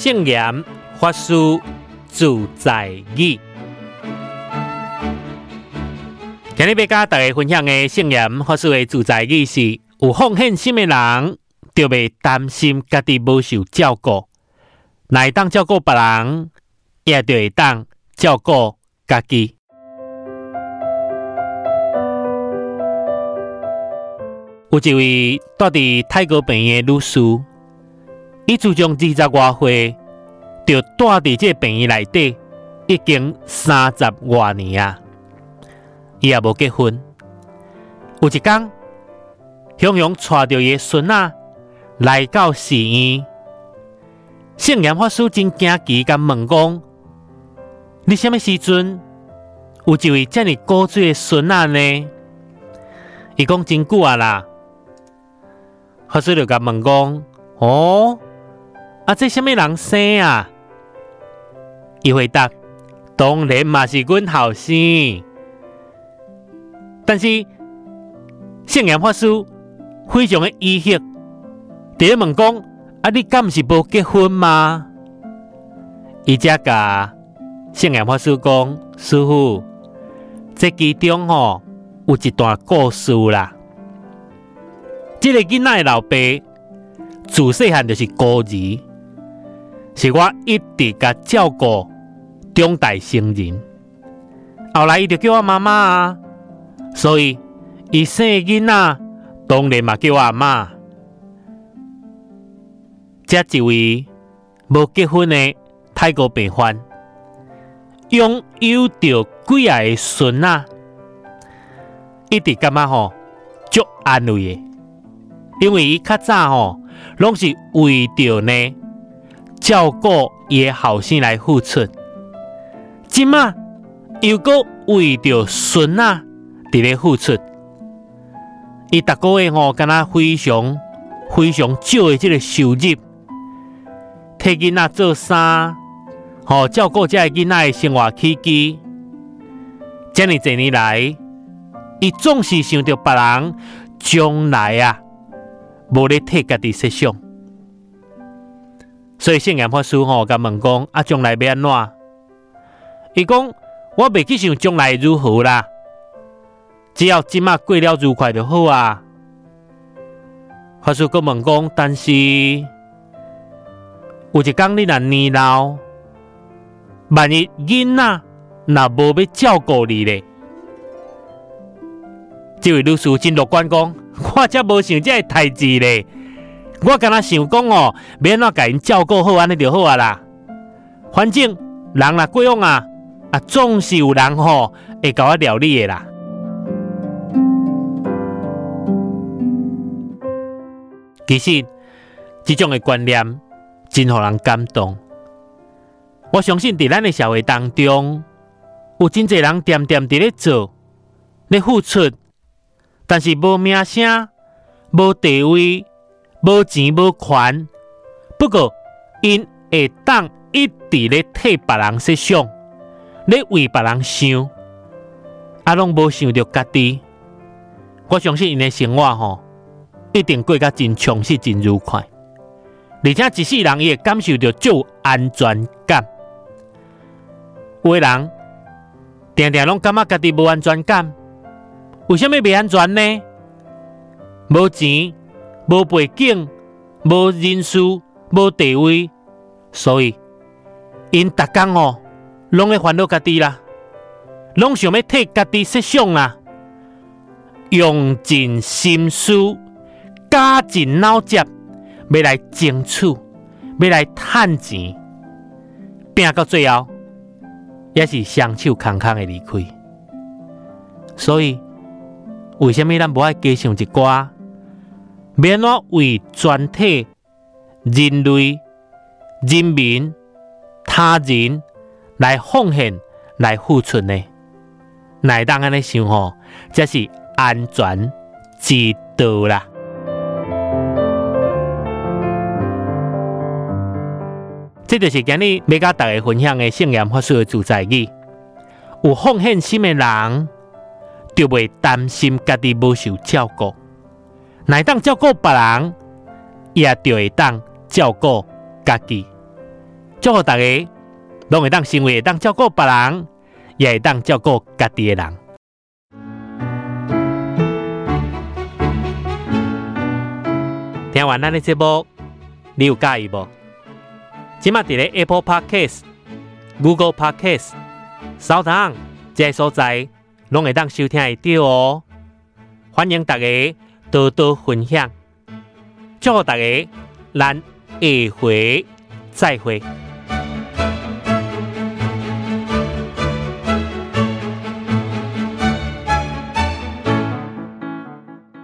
圣严法师自在语。今日要甲大家分享的圣严法师的自在语是：有奉献心的人，就袂担心家己无受照顾，若会当照顾别人，也就会当照顾家己。有一位住伫泰国病院的女士，伊自从20外岁就住伫这个病院内底，已经30多年啊，伊也无结婚。有一天，雄雄带着伊的孙仔来到寺院，圣严法师真惊奇，甲问讲：你什么时阵有一位这么古锥的孙仔呢？伊讲真久啊啦。法师就甲问讲：哦，这什么人生啊？伊回答：当然嘛是阮后生。但是圣严法师非常的疑惑，伫咧问讲：你敢毋是无结婚吗？伊才甲圣严法师讲：师父，这其中有一段故事啦。这个囡仔的老爸自细汉就是孤儿，是我一直甲照顾长大成人。后来伊就叫我妈妈啊，所以伊生的囡仔当然嘛叫我阿嬷。这一位无结婚的泰国病患，拥有着几个的孙仔，一直感觉足安慰的。因为伊较早拢是为着呢照顾伊的后生来付出，即马又搁为着孙仔伫咧付出。伊逐个月敢若非常少的这个收入，替囡仔做衫，照顾这个囡仔的生活起居。这么多年来，伊总是想着别人将来啊。无咧替家己设想，所以圣严法师甲问讲：将来要安怎？伊讲：我袂去想将来如何啦，只要即马过了愉快就好啊。法师佮问讲：但是有一天你若年老，万一囡仔若无要照顾你咧？这位女士真乐观讲。我才无想这个代志咧，我敢若想讲要安怎甲因照顾好，安尼就好啊啦。反正人若过往啊，总是有人会甲我料理的啦。其实这种的观念真互人感动。我相信伫咱的社会当中，有真侪人点点伫咧做，咧付出。但是无名声、无地位、无钱、无权，不过因会当一直咧替别人设想，咧为别人想，拢无想着家己。我相信因的生活一定过甲真充实、真愉快，而且一世人伊会感受到足有安全感。有的人定定拢感觉家己无安全感。为什么袂安全呢？无钱、无背景、无人事、无地位，所以因逐工拢咧烦恼家己啦，拢想要替家己设想啦，用尽心思、加尽脑汁，要来争取，要来趁钱，拼到最后也是双手空空的离开。所以。为什么咱无爱加上一寡？要安怎为全体人类、人民、他人来奉献、来付出呢？若会当安尼想这是安全之道啦。这就是今日要甲大家分享的圣严法师的自在语。有奉献心的人。就袂担心家己无受照顾，若会当照顾别人，也就会当照顾家己。 祝福大家拢会当成为会当照顾别人，也会当照顾家己的人。听完咱的节目，你有介意无？即马伫咧 Apple Podcast、Google Podcast、SoundOn 这些所在，拢会当收听得到哦。欢迎大家多多分享，祝福大家，咱下回再会。